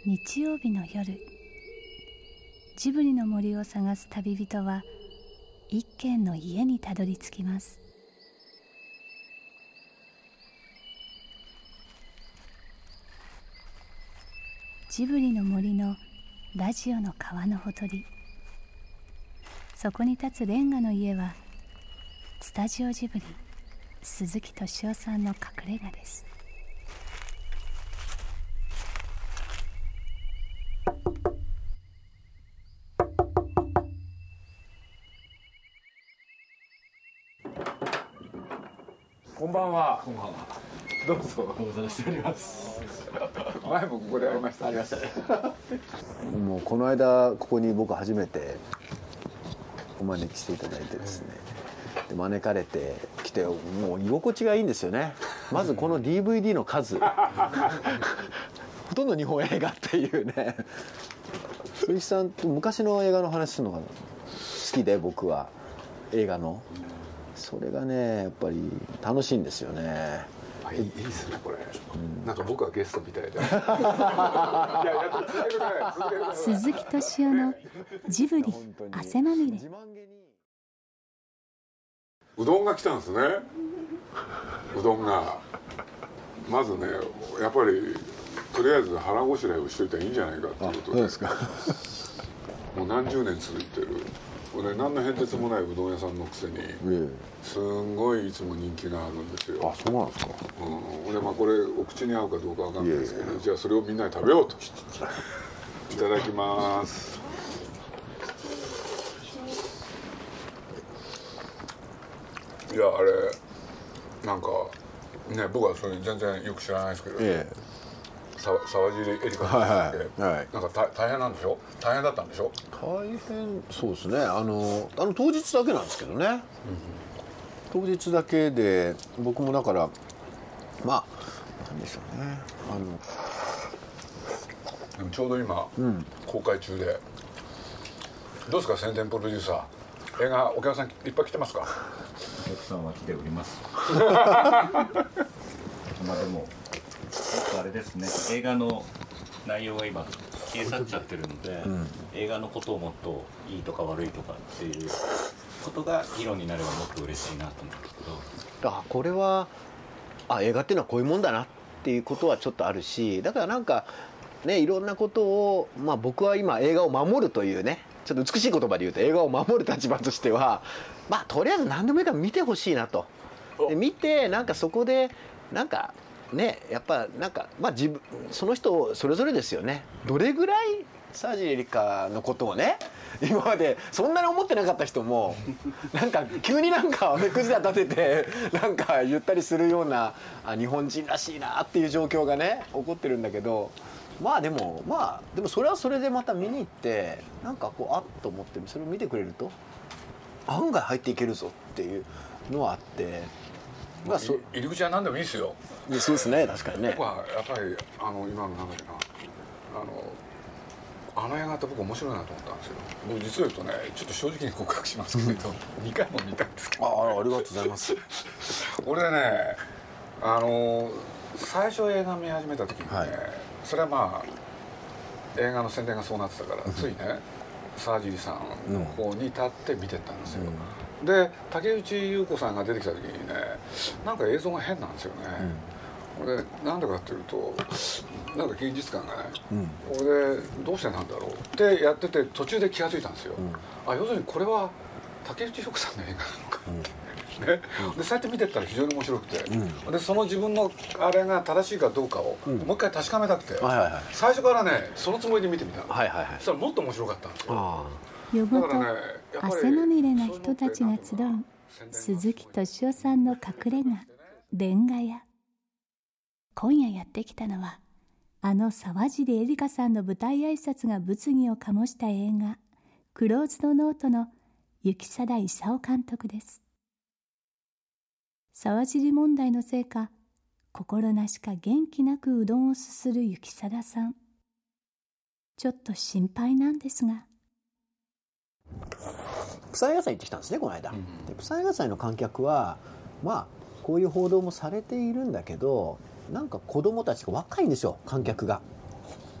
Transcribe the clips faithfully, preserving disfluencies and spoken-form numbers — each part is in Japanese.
日曜日の夜、ジブリの森を探す旅人は一軒の家にたどり着きます。ジブリの森のラジオの川のほとり、そこに立つレンガの家はスタジオジブリ鈴木敏夫さんの隠れ家です。 こんばんは。 こんばんは。 どうぞ。 ご無沙汰しております。 前もここでありました。 ありましたね。 もうこの間ここに僕初めてお招きしていただいてですね、で招かれてきて、もう居心地がいいんですよね。まずこの ディーブイディー の数ほとんど日本映画っていうね。鈴木さんと昔の映画の話するのが好きで、僕は映画のそれがねやっぱり楽しいんですよね。 いいですねこれ、うん、なんか僕はゲストみたいでいやいや続けるね続けるね。 鈴木敏夫のジブリ汗まみれ。 うどんが来たんですね。うどんがまずねやっぱりとりあえず腹ごしらえをしといたらいいんじゃないかっていうことで。 そうですか。 もう何十年続いてるこれ何の変哲もないうどん屋さんのくせにすんごいいつも人気があるんですよ。 あ、そうなんですか。 うん、でまあこれお口に合うかどうかわかんないですけど、いやいやじゃあそれをみんなで食べようと。いただきます。いやあれなんかね僕はそれ全然よく知らないですけど、 ええ、 沢尻エリカさんって、 はいはいはい、 なんか大大変なんでしょ。大変だったんでしょ。 大変そうですね。あのあの当日だけなんですけどね、うん、当日だけで僕もだからまあなんでしょうね、あのでもちょうど今、うん、公開中でどうですか宣伝プロデューサー。映画お客さんいっぱい来てますか。 お客さんは来ております。まあでもあれですね、映画の内容が今消え去っちゃってるので、うん、映画のことをもっといいとか悪いとかっていうことが議論になればもっと嬉しいなと思うんですけど、 あこれはあ映画っていうのはこういうもんだなっていうことはちょっとあるし、だからなんかねいろんなことを、まあ、僕は今映画を守るというねちょっと美しい言葉で言うと映画を守る立場としてはまあとりあえず何でもいいから見てほしいなと。で見てなんかそこでなんかねやっぱなんかまあ自分その人それぞれですよね。どれぐらい沢尻エリカのことをね今までそんなに思ってなかった人もなんか急になんか目くじら立ててなんか言ったりするようなあ日本人らしいなっていう状況がね起こってるんだけど、まあでもまあでもそれはそれでまた見に行ってなんかこうあっと思ってそれを見てくれると案外入っていけるぞっていうのはあって、 まあ、入り口は何でもいいですよ。 そうですね確かにね。 僕はやっぱりあの今のなんだっけなあのあの映画って僕面白いなと思ったんですよ。僕実を言うとねちょっと正直に告白しますけれど、うん、にかいも見たんですけど、 ね、ああありがとうございます。 俺ねあの最初映画見始めた時にね、はい、それはまあ映画の宣伝がそうなってたから、うん、ついね沢尻さんの方に立って見てったんですよ、うん、で竹内優子さんが出てきた時にねなんか映像が変なんですよね、うん、でなんでかっていうとなんか現実感がね、うん、俺どうしてなんだろうってやってて途中で気が付いたんですよ、うん、あ要するにこれは竹内優子さんの映画なのか、うんね、でそうやって見てったら非常に面白くて、うん、でその自分のあれが正しいかどうかを、うん、もう一回確かめたくて、はいはいはい、最初からねそのつもりで見てみたの、はいはいはい、そしたらもっと面白かったんですよ。 夜ごと汗まみれな人たちが集う鈴木敏夫さんの隠れ家レンガ屋。今夜やってきたのはあの沢尻エリカさんの舞台挨拶が物議を醸した映画クローズドノートの行定勲監督です。沢尻問題のせいか心なしか元気なくうどんをすする行定さん。ちょっと心配なんですが。 釜山映画祭行ってきたんですねこの間、うん、で釜山映画祭の観客はまあこういう報道もされているんだけどなんか子供たちが若いんですよ観客が。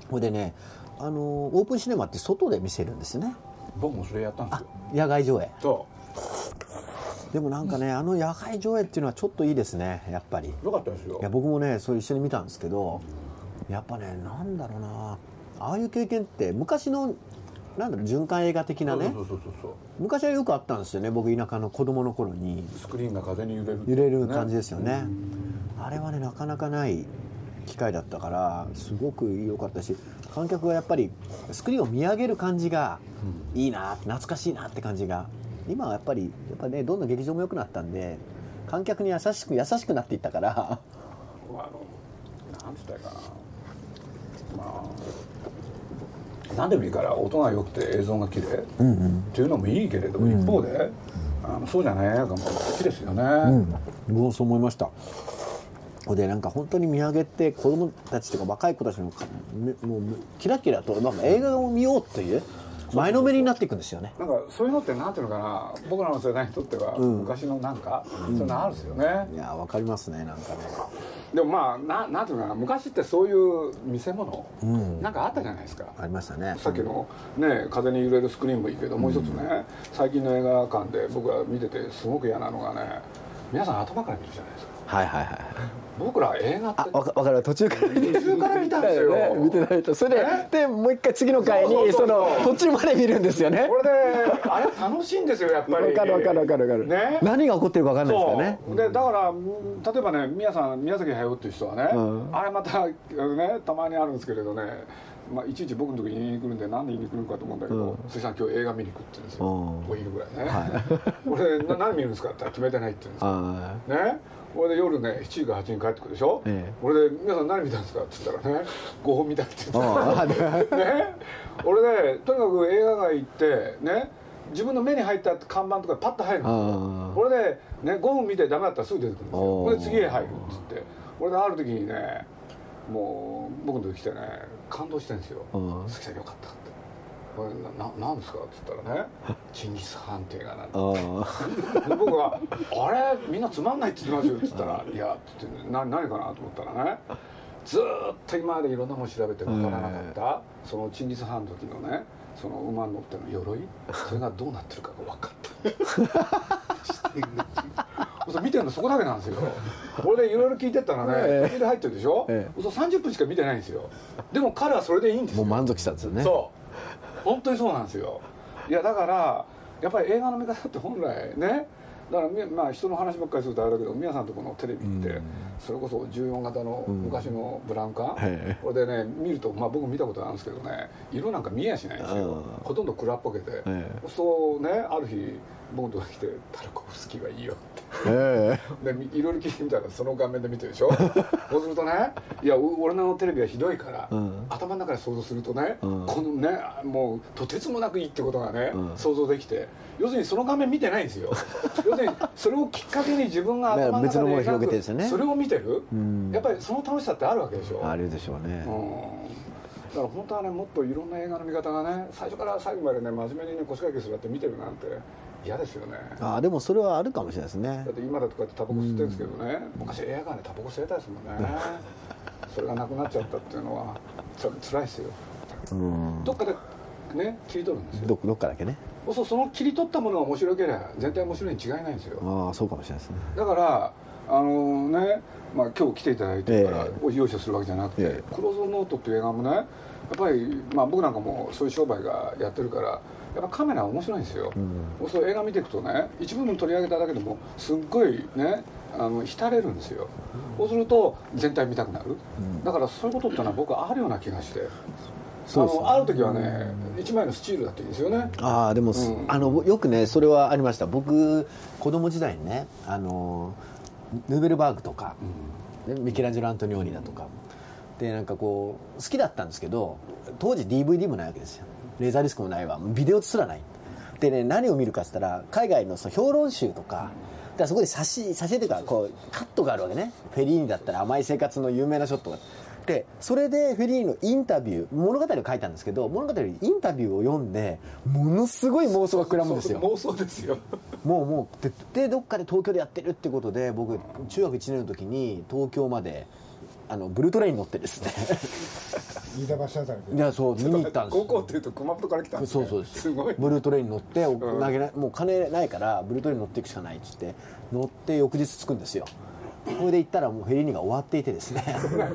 ほいでねあのオープンシネマって外で見せるんですね。 僕もそれやったんですよ。 野外上映。 そうでもなんかねあの野外上映っていうのはちょっといいですねやっぱり。 よかったですよ。 いや僕もねそれ一緒に見たんですけどやっぱねなんだろうなああいう経験って昔のなんだろう循環映画的なねそうそうそうそう昔はよくあったんですよね。僕田舎の子供の頃にスクリーンが風に揺れる、 揺れる感じですよね、あれはねなかなかない機会だったからすごく良かったし観客がやっぱりスクリーンを見上げる感じがいいな懐かしいなって感じが今はやっぱりやっぱねどんどん劇場も良くなったんで観客に優しく優しくなっていったからあのなんつったらいいかなまあ何でもいいから音が良くて映像が綺麗、うんうん、っていうのもいいけれども、うん、一方であのそうじゃない映画も好きですよね、うん、 僕もそう思いました。でなんか本当に見上げて子供たちとか若い子たちのもうキラキラと、まあ、映画を見ようという前のめりになっていくんですよね。 なんかそういうのってなんていうのかな僕らの世代にとっては昔のなんか、うん、そういうのあるんですよね、 いやわかりますねなんかね。 でもまあ な, なんていうのかな昔ってそういう見せ物、うん、なんかあったじゃないですか。 ありましたね。 さっきのね風に揺れるスクリーンもいいけど、うん、もう一つね最近の映画館で僕が見ててすごく嫌なのがね皆さん頭から見るじゃないですか。 はいはいはい。 僕ら映画ってあ分かる途中から途中から見たんですよ、 ね、見てないとそれででもう一回次の回にその途中まで見るんですよね。 これであれ楽しいんですよやっぱり。 分かる分かる分かる分かる、ね、何が起こってるか分かんないですからね。 でだから例えばね宮さん宮崎駿っていう人はね、うん、あれまたねたまにあるんですけれどねまあ、いちいち僕の時に言いに来るんで何で言いに来るのかと思うんだけど、うん、鈴木さん今日映画見に行くって言うんですよ、うん、お昼ぐらいね、はい、俺な何見るんですかって言ったら決めてないって言うんですよね。俺で夜ねしちじかはちじに帰ってくるでしょ、ええ、俺で皆さん何見たんですかって言ったらねごほん見たって言ってたね。俺ねとにかく映画館行ってね自分の目に入った看板とかパッと入るんですよ。俺で、ね、ごふん見てダメだったらすぐ出てくるんですよ。俺で次へ入るっつって俺である時にねもう僕の時来てね感動してるんですよ。鈴木さんよかったってこれ な, なんですかって言ったらねチンギス・ハンって映画なんだ僕があれみんなつまんないって言ってますよって言ったらいやって言って何, 何かなと思ったらねずっと今までいろんなもの調べて分からなかった、そのチンギス・ハンの時のねその馬に乗っての鎧それがどうなってるかが分かった見てるのそこだけなんですよ。俺でいろいろ聞いてったらね途中で入ってるでしょ、ええ、さんじゅっぷんしか見てないんですよ。でも彼はそれでいいんですよ。 もう満足したんですよね。 そう本当にそうなんですよ。いやだからやっぱり映画の見方って本来ねだからまあ人の話ばっかりするとあれだけど宮さんとこのテレビってそれこそじゅうよん型の昔のブラウン管、うん、これでね見ると、まあ、僕見たことあるんですけどね色なんか見えやしないんですよ。ほとんど暗っぽけて、そうねある日僕のとこに来て「タルコフスキーはいいよ」って、でいろいろ聞いてみたらその画面で見てるでしょそうするとねいや俺のテレビはひどいから、うん、頭の中で想像するとね、うん、このねもうとてつもなくいいってことがね、うん、想像できて要するにその画面見てないんですよ要するにそれをきっかけに自分が頭の中で描くですね、 それを見てる、うん、やっぱりその楽しさってあるわけでしょ。 あるでしょうね、 うん、だから本当はねもっといろんな映画の見方がね最初から最後までね真面目にね腰掛けするって見てるなんて嫌ですよね。 あでもそれはあるかもしれないですね。 だって今だとこうやってタバコ吸ってるんですけどね、うん、昔映画館でタバコ吸えたですもんねそれがなくなっちゃったっていうのはつらいですよ、うん、どっかでね切り取るんですよ。 ど, どっかだけね。 そうその切り取ったものが面白ければ全体面白いに違いないんですよ。 ああそうかもしれないですね。 だからあのね、まあ、今日来ていただいてからお用意するわけじゃなくて、えー、クローズノートっていう映画もねやっぱり、まあ、僕なんかもそういう商売がやってるからやっぱカメラ面白いんですよ、うん、そう映画見ていくとね一部分取り上げただけでもすっごいねあの浸れるんですよ、うん、そうすると全体見たくなる、うん、だからそういうことってのは僕はあるような気がしてそうですね、あのある時はねいちまいのスチールだっていいんですよね。 ああでも、うん、あのよくねそれはありました。僕子供時代にねあのヌーベルバーグとか、うん、ミケランジェロ・アントニオーニだとかでなんかこう好きだったんですけど当時 ディーブイディー もないわけですよ。レーザーディスクもないわビデオすらないでね何を見るかって言ったら海外のその評論集とか、うん、だからそこで差し挿絵というかこうカットがあるわけね。フェリーニだったら甘い生活の有名なショットがでそれでフェリーニのインタビュー物語を書いたんですけど物語よりインタビューを読んでものすごい妄想が膨らむんですよ。 妄想ですよもうもう で, でどっかで東京でやってるってことで僕中学いちねんの時に東京まであのブルートレインに乗ってですね飯田橋あたりで。 いやそう見に行ったんです。 高校っていうと熊本から来たんですね。 そうそうです。 すごい。 ブルートレインに乗って投げない、もう金ないからブルートレインに乗っていくしかないっつって乗って翌日着くんですよ。それで行ったらもうフェリーニが終わっていてですね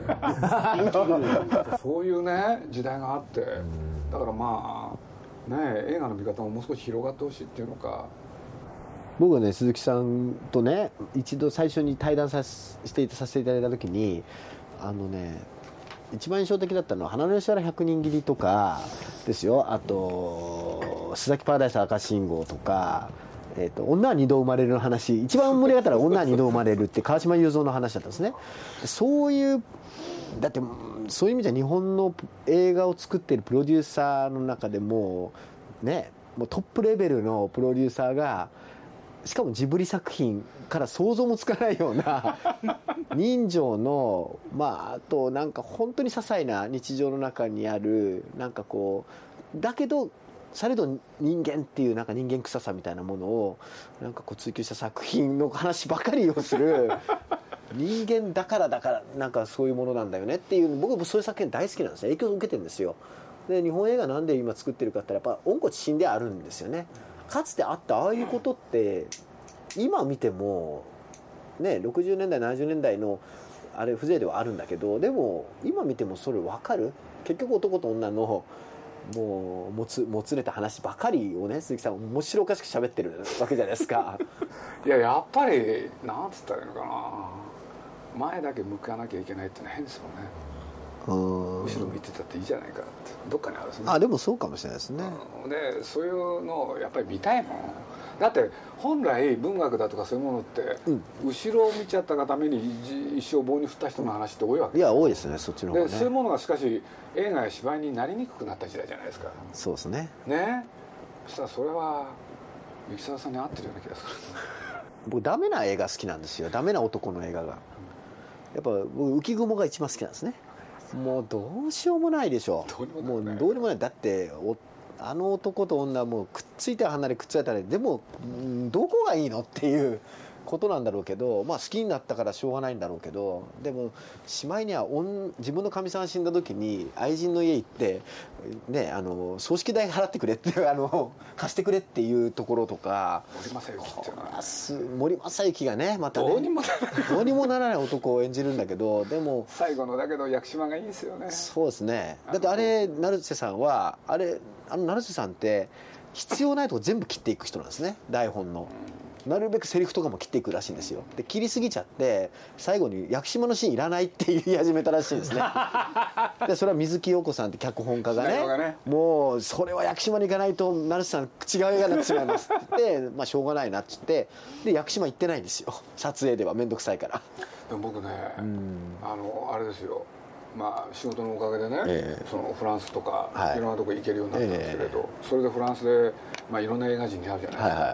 そういうね時代があって、だからまあね映画の見方ももう少し広がってほしいっていうのか。 僕はね鈴木さんとね一度最初に対談さしてさせていただいた時にあのね一番印象的だったのは花の吉原百人斬りとかですよ。あと須崎パラダイス赤信号とか、えーと女は二度生まれるの話、一番盛り上がったら女は二度生まれるって川島雄三の話だったんですね。そういうだってそういう意味じゃ日本の映画を作っているプロデューサーの中でもねもうトップレベルのプロデューサーがしかもジブリ作品から想像もつかないような人情のまああとなんか本当に些細な日常の中にあるなんかこうだけどされど人間っていうなんか人間臭さみたいなものをなんかこう追求した作品の話ばかりをする人間だからだからなんかそういうものなんだよねっていう僕もそういう作品大好きなんですね。影響を受けてるんですよ。で日本映画なんで今作ってるかって言ったらやっぱ温故知新であるんですよね。かつてあったああいうことって今見てもねろくじゅうねんだいななじゅうねんだいのあれ風情ではあるんだけどでも今見てもそれ分かる。結局男と女のもうもつもつれた話ばかりをね鈴木さん面白おかしく喋ってるわけじゃないですかいややっぱりなんつったらいいのかな、前だけ向かなきゃいけないってのは変ですもんね。後ろ向いてたっていいじゃないかってどっかにあるんですね。 あでもそうかもしれないですね、 うん、でそういうのをやっぱり見たいもん。だって本来文学だとかそういうものって、うん、後ろを見ちゃったがために一生棒に振った人の話って多いわけ、 いや多いですねそっちの方がね。 でそういうものがしかし映画や芝居になりにくくなった時代じゃないですか。 そうですね。 ねそしたらそれは雪沢さんに合ってるような気がする僕ダメな映画好きなんですよ。ダメな男の映画がやっぱ僕浮雲が一番好きなんですね。もうどうしようもないでしょう。もうどうにもない。だっておあの男と女はもうくっついては離れくっついては離れでもどこがいいのっていうことなんだろうけど、まあ好きになったからしょうがないんだろうけど、でもしまいには自分のかみさんが死んだ時に愛人の家行ってねあの葬式代払ってくれってあの貸してくれっていうところとか、 森正幸っていうのは森正幸がねまたねどうにもならないどうにもならない男を演じるんだけど、でも最後のだけど屋久島がいいんですよね。 そうですね。だってあれ成瀬さんはあれあの成瀬さんって必要ないとこ全部切っていく人なんですね。台本のなるべくセリフとかも切っていくらしいんですよ。で切りすぎちゃって最後に屋久島のシーンいらないって言い始めたらしいんですねでそれは水木陽子さんって脚本家が ね, ねもうそれは屋久島に行かないと成瀬さん違う映画になってしまいますって言ってまあしょうがないなって言ってで屋久島行ってないんですよ撮影では。めんどくさいから。 でも僕ねあのあれですよ、まあ、仕事のおかげでね、えー、そのフランスとか、はい、いろんなとこ行けるようになったんですけれど、えー、それでフランスで、まあ、いろんな映画人に会うじゃないですか、はいはい、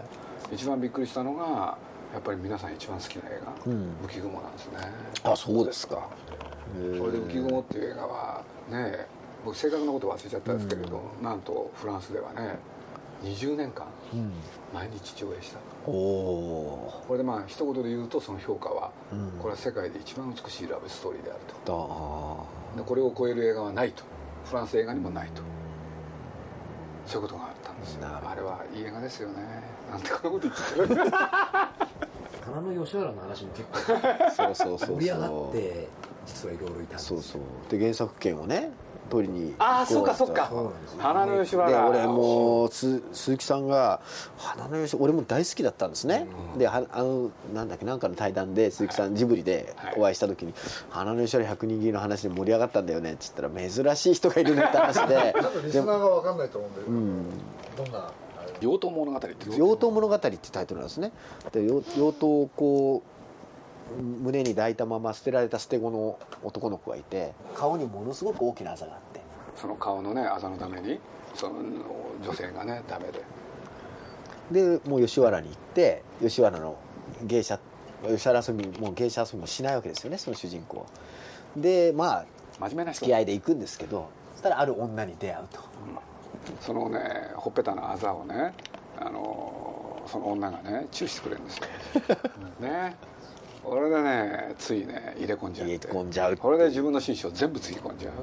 一番びっくりしたのがやっぱり皆さん一番好きな映画、うん、浮雲なんですね。 あ、そうですか。 これで浮雲っていう映画はね僕正確なこと忘れちゃったんですけれど、うん、なんとフランスではねにじゅうねんかん毎日上映した、うん、おこれでまあ一言で言うとその評価は、うん、これは世界で一番美しいラブストーリーであると。でこれを超える映画はないと。フランス映画にもないと。そういうことがあったんですよ。あれはいい映画ですよね。なんてこんなこと言ってる花の吉原の話も結構そうそうそうそう盛り上がって実はいろいろいたんです。 そうそうで原作権をね取りにああそうかそうか花の吉原で俺も鈴木さんが花の吉原俺も大好きだったんですね、うん、であのなんだっけなんかの対談で鈴木さん、はい、ジブリでお会いした時に、はい、花の吉原百人斬りの話で盛り上がったんだよねって言ったら珍しい人がいるねって話でちょっとリスナーが分かんないと思うんだけど、うん、どんな妖刀物語って妖刀物語ってタイトルなんですね。で妖刀をこう胸に抱いたまま捨てられた捨て子の男の子がいて顔にものすごく大きなあざがあってその顔のねあざのためにその女性がねダメででもう吉原に行って吉原の芸者吉原遊びも芸者遊びもしないわけですよねその主人公でまあ真面目な人付き合いで行くんですけどそしたらある女に出会うと、 うん、そのねほっぺたのあざをねあのその女がねチューしてくれるんですよね俺でねついね入れ込んじゃって入れ込んじゃうこれで自分の心象全部つぎ込んじゃう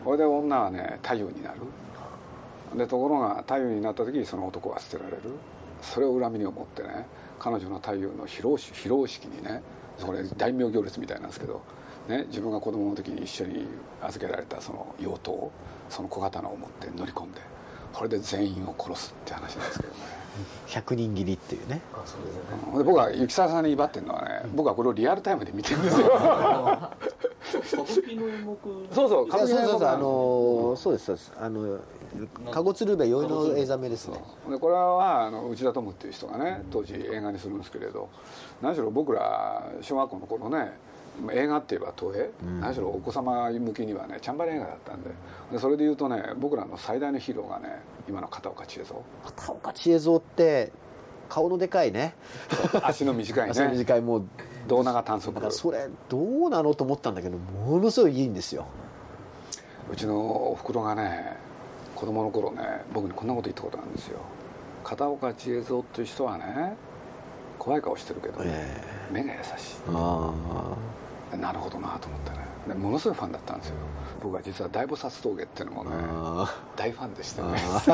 これで女はね太夫になる。でところが太夫になった時にその男は捨てられる。それを恨みに思ってね、彼女の太夫の披露披露式にね、これ大名行列みたいなんですけど、ね、自分が子供の時に一緒に預けられたその妖刀、その小刀を持って乗り込んで、これで全員を殺すって話なんですけどね。 百人斬りっていうね。 あ、そうですね。 で僕は雪沢さんに威張ってるのはね、僕はこれをリアルタイムで見てるんですよ。 歌舞伎の演目。 そうそう、 そうそうそう、あのーそうですそうです、あの籠鶴瓶宵の映ざめですね。 でこれはあの内田トムっていう人がね当時映画にするんですけれど、何しろ僕ら小学校の頃ね、映画って言えば東映、うん、何しろお子様向きにはねチャンバラ映画だったんで、でそれでいうとね、僕らの最大のヒーローがね今の片岡千恵蔵。 片岡千恵蔵って顔のでかいね、 足の短いね、 足の短い、もう胴長短足。 それどうなのと思ったんだけど、ものすごいいいんですよ。 うちのおふくろがね子供の頃ね、僕にこんなこと言ったことなんですよ。片岡千恵蔵っていう人はね怖い顔してるけど、えー、目が優しい。あなるほどなと思ってね、でものすごいファンだったんですよ。僕は実は大菩薩峠っていうのもね大ファンでしたね。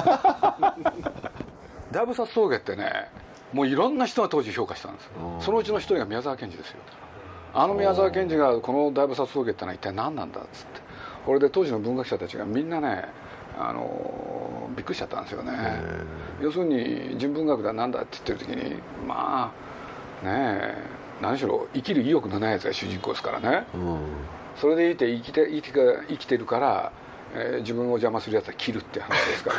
大菩薩峠ってね、もういろんな人が当時評価したんですよ。そのうちの一人が宮沢賢治ですよ。あの宮沢賢治がこの大菩薩峠ってのは一体何なんだっつって、これで当時の文学者たちがみんなねあのびっくりしちゃったんですよね。要するに人文学だなんだって言ってる時に、まあねえ何しろ生きる意欲のないやつが主人公ですからね、うん、それでいて生きて生きて生きてるから、えー、自分を邪魔するやつは切るって話です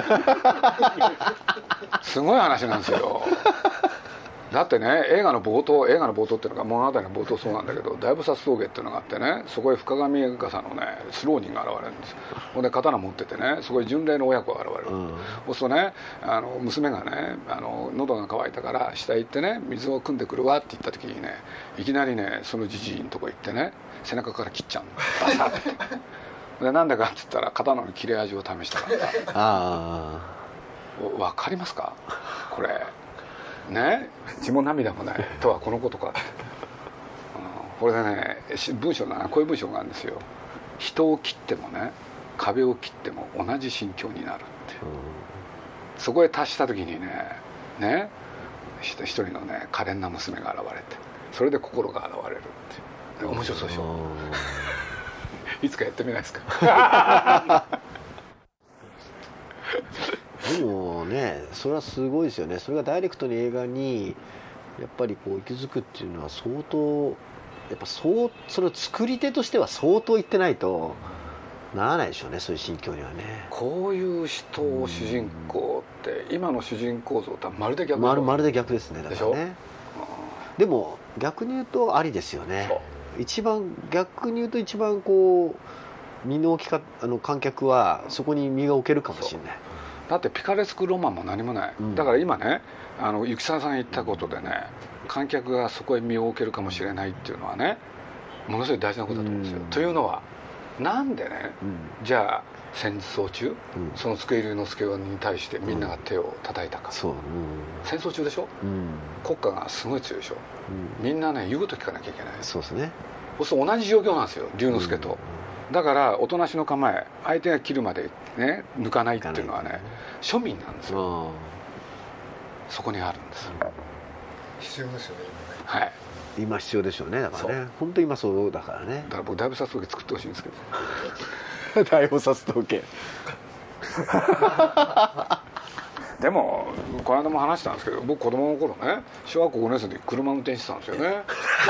からすごい話なんですよ。だってね、映画の冒頭映画の冒頭っていうのが物語の冒頭そうなんだけど、大菩薩峠っていうのがあってね、そこへ深上笠のねスロー人が現れるんです。ほんで刀持っててね、そこへ巡礼の親子が現れる、うん、そうするとね、あの娘がねあの喉が渇いたから下行ってね水を汲んでくるわって言った時にね、いきなりねそのじじいのとこ行ってね背中から切っちゃうの。バサッてでなんだかって言ったら刀の切れ味を試したかった。あ分かりますかこれね、血も涙もないとはこのことかって、うん、これでね文章だな、こういう文章があるんですよ。人を切ってもね壁を切っても同じ心境になるって、うん、そこへ達した時にねね一人のね可憐な娘が現れて、それで心が現れるって面白そうでしょ。いつかやってみないですか。 でもね、それはすごいですよね。それがダイレクトに映画にやっぱりこう息づくっていうのは相当、やっぱそうそれを作り手としては相当言ってないとならないでしょうね、そういう心境にはね。 こういう人を主人公って、うん、今の主人公像とはまるで逆。 まるまるで逆ですね。だからね。でしょ、うん、でも逆に言うとありですよね。一番逆に言うと一番こう身の置きかあの観客はそこに身が置けるかもしれない。 だってピカレスクロマンも何もない、うん、だから今ねあの雪沢さんが言ったことでね、観客がそこへ身を置けるかもしれないっていうのはねものすごい大事なことだと思うんですよ、うん、というのはなんでね、うん、じゃあ戦争中、うん、その机龍之介に対してみんなが手を叩いたか、うん、そう、うん、戦争中でしょ、うん、国家がすごい強いでしょ、うん、みんなね言うこと聞かなきゃいけない。 そうですね。 そうすると同じ状況なんですよ龍之介と、うん、だからおとなしの構え、相手が切るまでね抜かないっていうのはね庶民なんですよ。そこにあるんです。 必要ですよね今ね。はい。 今必要でしょうね。だからね。本当今そうだからね。 だから僕大菩薩峠作ってほしいんですけど。大菩薩峠。 でもこの間も話したんですけど、僕子供の頃ね小学校ごねん生で車運転してたんですよね。でも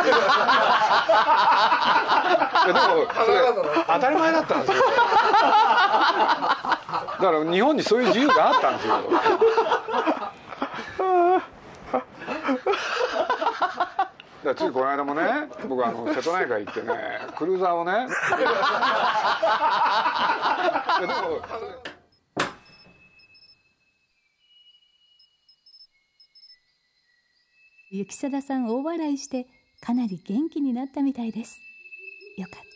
それ当たり前だったんですよ。だから日本にそういう自由があったんですよ。だからついこの間もね僕あの瀬戸内海行ってねクルーザーをねでも雪貞さん大笑いしてかなり元気になったみたいです。よかった。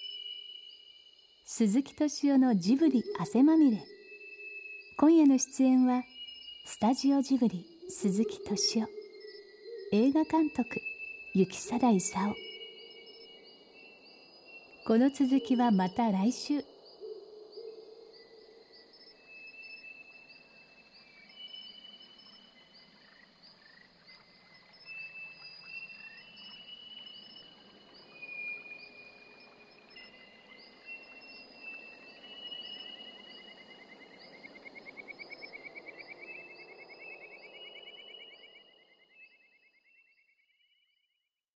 鈴木敏夫のジブリ汗まみれ。今夜の出演はスタジオジブリ鈴木敏夫、映画監督雪貞勲。この続きはまた来週。